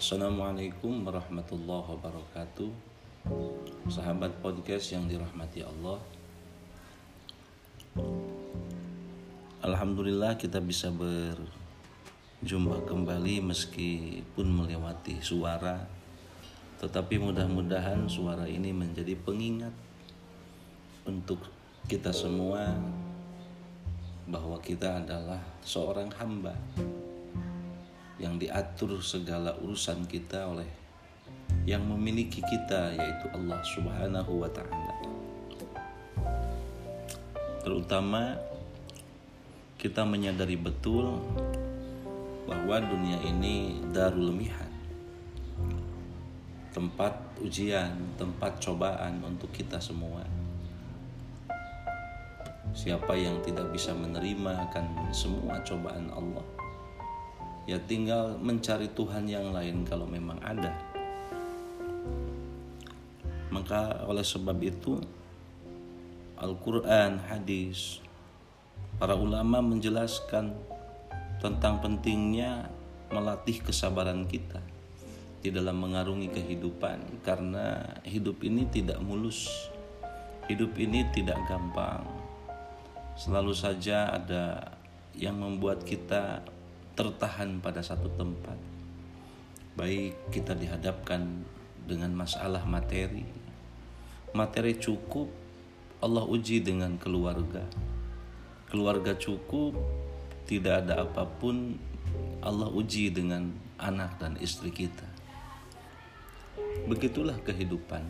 Assalamualaikum warahmatullahi wabarakatuh. Sahabat podcast yang dirahmati Allah, alhamdulillah kita bisa berjumpa kembali meskipun melewati suara. Tetapi mudah-mudahan suara ini menjadi pengingat untuk kita semua bahwa kita adalah seorang hamba yang diatur segala urusan kita oleh yang memiliki kita, yaitu Allah Subhanahu wa ta'ala. Terutama kita menyadari betul bahwa dunia ini darul mihad, tempat ujian, tempat cobaan untuk kita semua. Siapa yang tidak bisa menerima akan semua cobaan Allah, ya tinggal mencari Tuhan yang lain kalau memang ada. Maka oleh sebab itu Al-Quran, hadis, para ulama menjelaskan tentang pentingnya melatih kesabaran kita di dalam mengarungi kehidupan. Karena hidup ini tidak mulus, hidup ini tidak gampang. Selalu saja ada yang membuat kita tertahan pada satu tempat. Baik kita dihadapkan dengan masalah materi cukup, Allah uji dengan keluarga cukup, tidak ada apapun, Allah uji dengan anak dan istri kita. Begitulah kehidupan.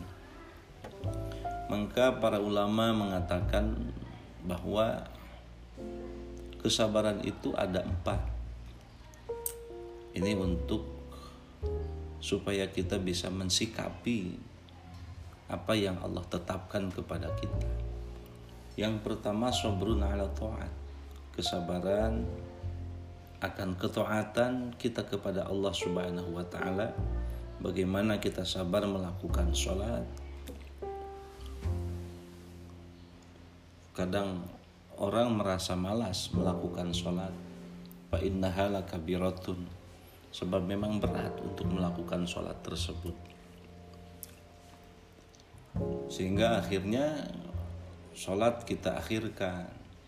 Maka para ulama mengatakan bahwa kesabaran itu ada 4. Ini untuk supaya kita bisa mensikapi apa yang Allah tetapkan kepada kita. Yang pertama, sabrun ala ta'at, kesabaran akan ketaatan kita kepada Allah Subhanahu wa ta'ala. Bagaimana kita sabar melakukan sholat. Kadang orang merasa malas melakukan sholat, fa innaha lakabiratun, sebab memang berat untuk melakukan sholat tersebut. Sehingga akhirnya sholat kita akhirkan.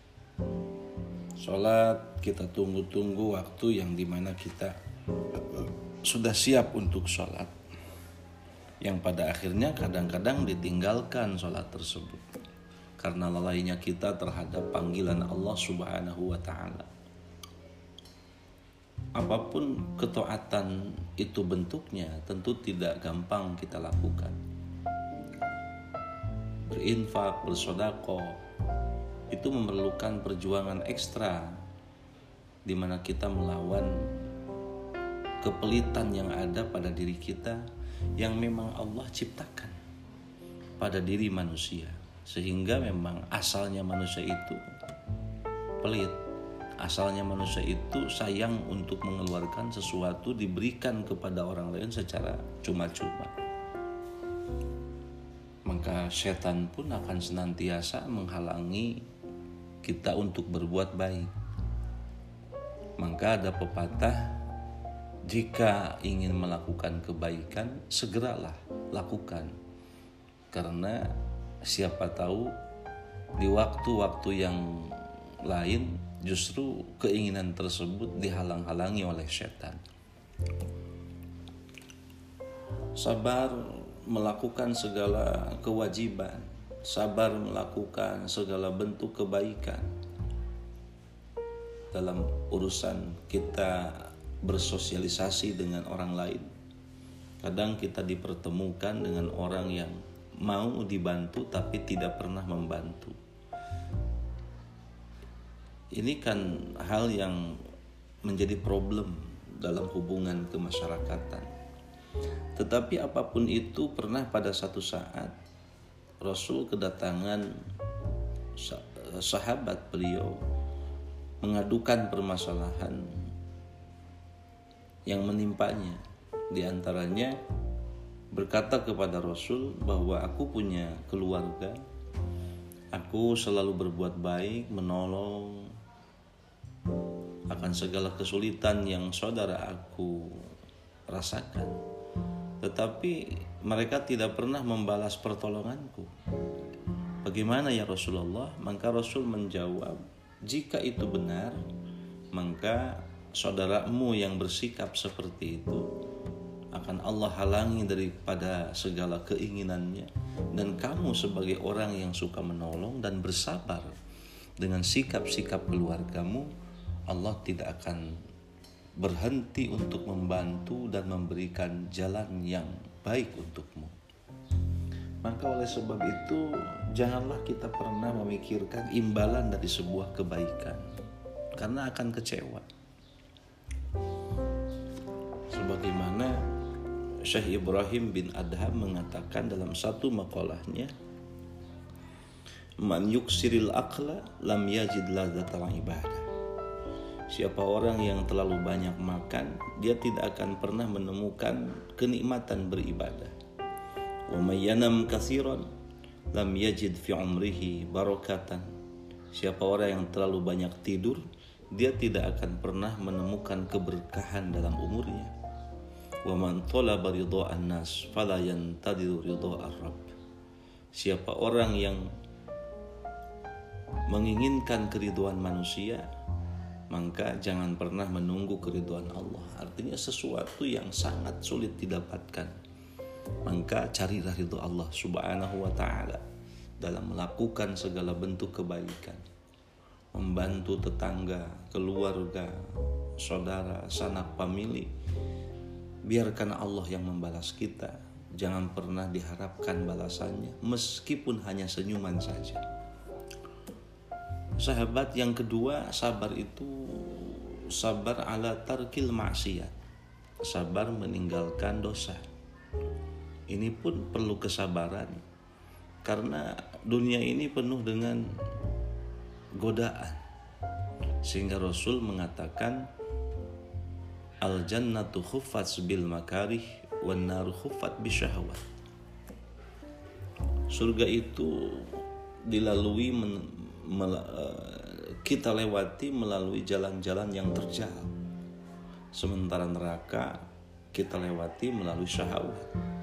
Sholat kita tunggu-tunggu waktu yang dimana kita sudah siap untuk sholat, yang pada akhirnya kadang-kadang ditinggalkan sholat tersebut karena lalainya kita terhadap panggilan Allah Subhanahu wa ta'ala. Apapun ketaatan itu bentuknya, tentu tidak gampang kita lakukan. Berinfak, bersedekah itu memerlukan perjuangan ekstra, di mana kita melawan kepelitan yang ada pada diri kita, yang memang Allah ciptakan pada diri manusia. Sehingga memang asalnya manusia itu pelit. Asalnya manusia itu sayang untuk mengeluarkan sesuatu, diberikan kepada orang lain secara cuma-cuma. Maka setan pun akan senantiasa menghalangi kita untuk berbuat baik. Maka ada pepatah, jika ingin melakukan kebaikan, segeralah lakukan. Karena siapa tahu di waktu-waktu yang lain justru keinginan tersebut dihalang-halangi oleh setan. Sabar melakukan segala kewajiban, sabar melakukan segala bentuk kebaikan. Dalam urusan kita bersosialisasi dengan orang lain, kadang kita dipertemukan dengan orang yang mau dibantu tapi tidak pernah membantu. Ini kan hal yang menjadi problem dalam hubungan kemasyarakatan. Tetapi apapun itu, pernah pada satu saat Rasul kedatangan sahabat beliau mengadukan permasalahan yang menimpanya. Di antaranya berkata kepada Rasul bahwa aku punya keluarga, aku selalu berbuat baik, menolong akan segala kesulitan yang saudara aku rasakan. Tetapi mereka tidak pernah membalas pertolonganku. Bagaimana ya Rasulullah? Maka Rasul menjawab, jika itu benar, maka saudaramu yang bersikap seperti itu akan Allah halangi daripada segala keinginannya. Dan kamu sebagai orang yang suka menolong dan bersabar dengan sikap-sikap keluargamu, Allah tidak akan berhenti untuk membantu dan memberikan jalan yang baik untukmu. Maka oleh sebab itu, janganlah kita pernah memikirkan imbalan dari sebuah kebaikan, karena akan kecewa. Sebagaimana Syekh Ibrahim bin Adham mengatakan dalam satu makalahnya, man yuksiril aqla lam yajid ladzatal ibadah. Siapa orang yang terlalu banyak makan, dia tidak akan pernah menemukan kenikmatan beribadah. Wa may yanam katsiran lam yajid fi umrihi barakatan. Siapa orang yang terlalu banyak tidur, dia tidak akan pernah menemukan keberkahan dalam umurnya. Wa man talaba ridha'an nas fala yantadiru ridha'ar rabb. Siapa orang yang menginginkan keridhaan manusia, maka jangan pernah menunggu keridhaan Allah. Artinya sesuatu yang sangat sulit didapatkan, maka carilah ridha Allah subhanahu wa ta'ala dalam melakukan segala bentuk kebaikan, membantu tetangga, keluarga, saudara, sanak famili. Biarkan Allah yang membalas kita. Jangan pernah diharapkan balasannya, meskipun hanya senyuman saja. Sahabat yang kedua, sabar itu sabar ala tarkil maksiat, sabar meninggalkan dosa. Ini pun perlu kesabaran, karena dunia ini penuh dengan godaan. Sehingga Rasul mengatakan, al jannatu khuffat bil makarih wan naru khuffat bisyahwat. Surga itu dilalui kita lewati melalui jalan-jalan yang terjal, sementara neraka kita lewati melalui syahwat.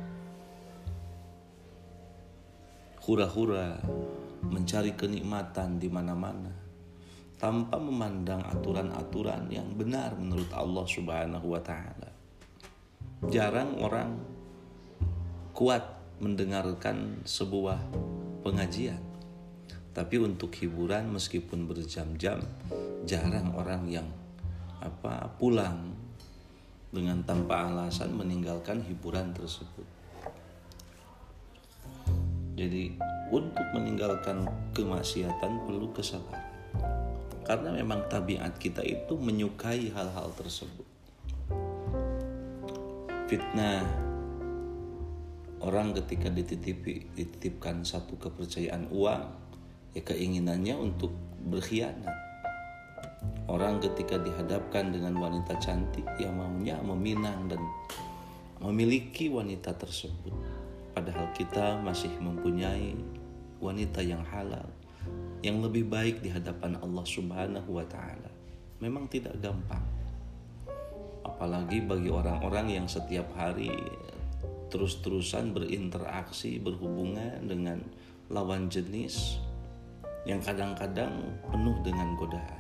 Hura-hura mencari kenikmatan di mana-mana tanpa memandang aturan-aturan yang benar menurut Allah Subhanahu wa taala. Jarang orang kuat mendengarkan sebuah pengajian, tapi untuk hiburan meskipun berjam-jam, jarang orang yang pulang dengan tanpa alasan meninggalkan hiburan tersebut. Jadi untuk meninggalkan kemaksiatan perlu kesabaran, karena memang tabiat kita itu menyukai hal-hal tersebut. Fitnah orang ketika dititipkan satu kepercayaan uang, ya keinginannya untuk berkhianat. Orang ketika dihadapkan dengan wanita cantik, ya maunya meminang dan memiliki wanita tersebut. Padahal kita masih mempunyai wanita yang halal, yang lebih baik di hadapan Allah Subhanahu wa ta'ala. Memang tidak gampang, apalagi bagi orang-orang yang setiap hari terus-terusan berinteraksi, berhubungan dengan lawan jenis yang kadang-kadang penuh dengan godaan.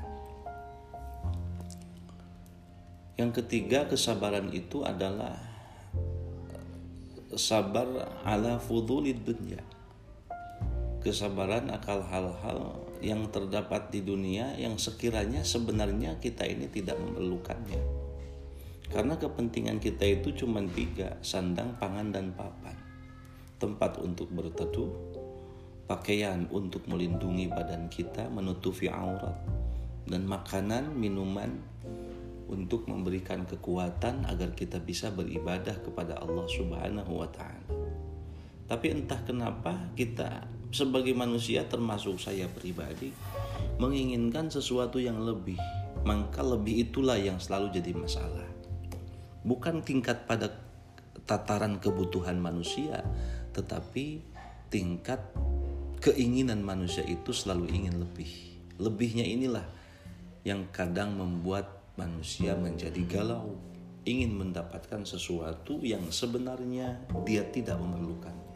Yang ketiga, kesabaran itu adalah sabar ala fudulid dunya. Kesabaran akan hal-hal yang terdapat di dunia yang sekiranya sebenarnya kita ini tidak memerlukannya. Karena kepentingan kita itu cuma 3, sandang, pangan, dan papan. Tempat untuk berteduh, pakaian untuk melindungi badan kita, menutupi aurat, dan makanan, minuman untuk memberikan kekuatan agar kita bisa beribadah kepada Allah Subhanahu wa ta'ala. Tapi entah kenapa kita sebagai manusia, termasuk saya pribadi, menginginkan sesuatu yang lebih. Maka lebih itulah yang selalu jadi masalah. Bukan tingkat pada tataran kebutuhan manusia, tetapi tingkat keinginan manusia itu selalu ingin lebih. Lebihnya inilah yang kadang membuat manusia menjadi galau, ingin mendapatkan sesuatu yang sebenarnya dia tidak memerlukannya.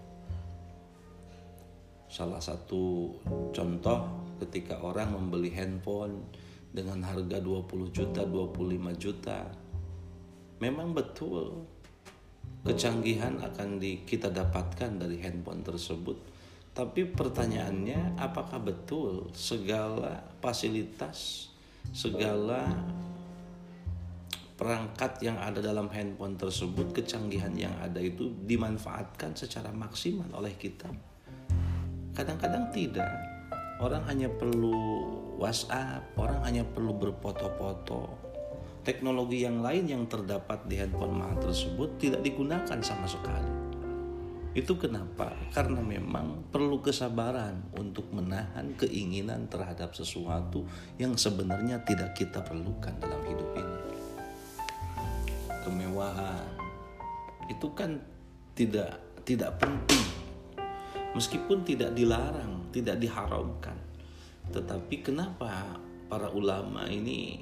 Salah satu contoh ketika orang membeli handphone dengan harga 20 juta, 25 juta. Memang betul kecanggihan akan kita dapatkan dari handphone tersebut. Tapi pertanyaannya, apakah betul segala fasilitas, segala perangkat yang ada dalam handphone tersebut, kecanggihan yang ada itu dimanfaatkan secara maksimal oleh kita? Kadang-kadang tidak. Orang hanya perlu WhatsApp, orang hanya perlu berfoto-foto. Teknologi yang lain yang terdapat di handphone mahal tersebut tidak digunakan sama sekali. Itu kenapa? Karena memang perlu kesabaran untuk menahan keinginan terhadap sesuatu yang sebenarnya tidak kita perlukan dalam hidup ini. Kemewahan itu kan tidak penting, meskipun tidak dilarang, tidak diharamkan. Tetapi kenapa para ulama ini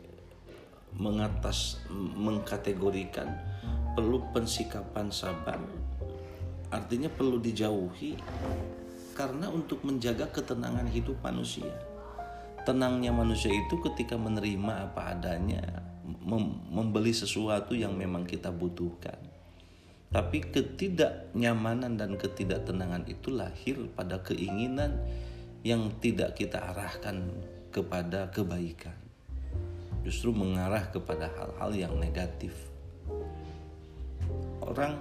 mengkategorikan perlu pensikapan sabar, artinya perlu dijauhi karena untuk menjaga ketenangan hidup manusia. Tenangnya manusia itu ketika menerima apa adanya, membeli sesuatu yang memang kita butuhkan. Tapi ketidaknyamanan dan ketidaktenangan itu lahir pada keinginan yang tidak kita arahkan kepada kebaikan, justru mengarah kepada hal-hal yang negatif. Orang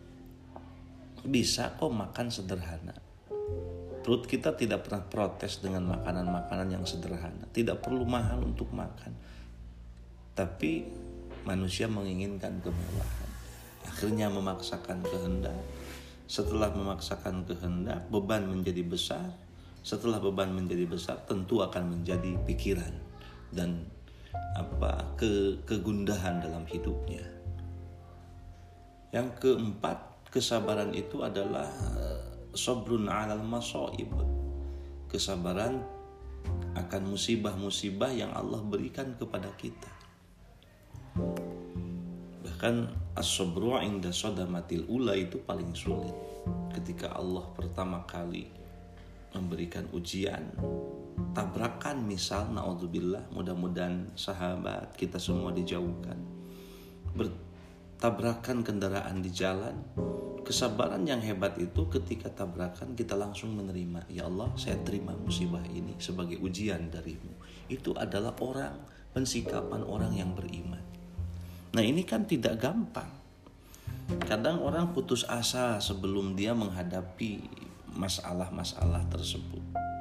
bisa kok makan sederhana. Perut kita tidak pernah protes dengan makanan-makanan yang sederhana. Tidak perlu mahal untuk makan. Tapi manusia menginginkan kemewahan. Akhirnya memaksakan kehendak. Setelah memaksakan kehendak, beban menjadi besar. Setelah beban menjadi besar, tentu akan menjadi pikiran dan kegundahan dalam hidupnya. Yang keempat, kesabaran itu adalah sabrun 'alal masaib. Kesabaran akan musibah-musibah yang Allah berikan kepada kita. Bahkan as-sabru 'inda sadamatil ula itu paling sulit. Ketika Allah pertama kali memberikan ujian, tabrakan misal, naudzubillah, mudah-mudahan sahabat kita semua dijauhkan, bertabrakan kendaraan di jalan. Kesabaran yang hebat itu ketika tabrakan kita langsung menerima, ya Allah, saya terima musibah ini sebagai ujian darimu. Itu adalah pensikapan orang yang beriman. Nah, ini kan tidak gampang. Kadang orang putus asa sebelum dia menghadapi masalah-masalah tersebut.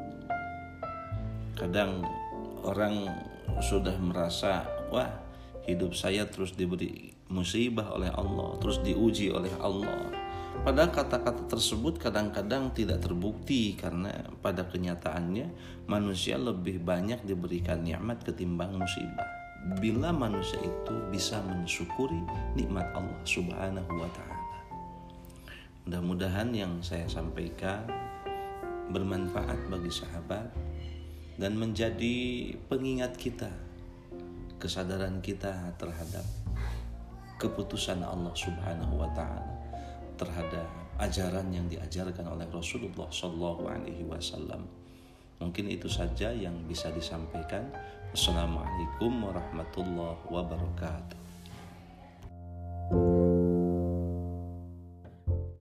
Kadang orang sudah merasa, wah, hidup saya terus diberi musibah oleh Allah, terus diuji oleh Allah. Padahal kata-kata tersebut kadang-kadang tidak terbukti, karena pada kenyataannya manusia lebih banyak diberikan nikmat ketimbang musibah. Bila manusia itu bisa mensyukuri nikmat Allah Subhanahu wa ta'ala. Mudah-mudahan yang saya sampaikan bermanfaat bagi sahabat dan menjadi pengingat kita, kesadaran kita terhadap keputusan Allah Subhanahu wa ta'ala, terhadap ajaran yang diajarkan oleh Rasulullah SAW. Mungkin itu saja yang bisa disampaikan. Assalamualaikum warahmatullahi wabarakatuh.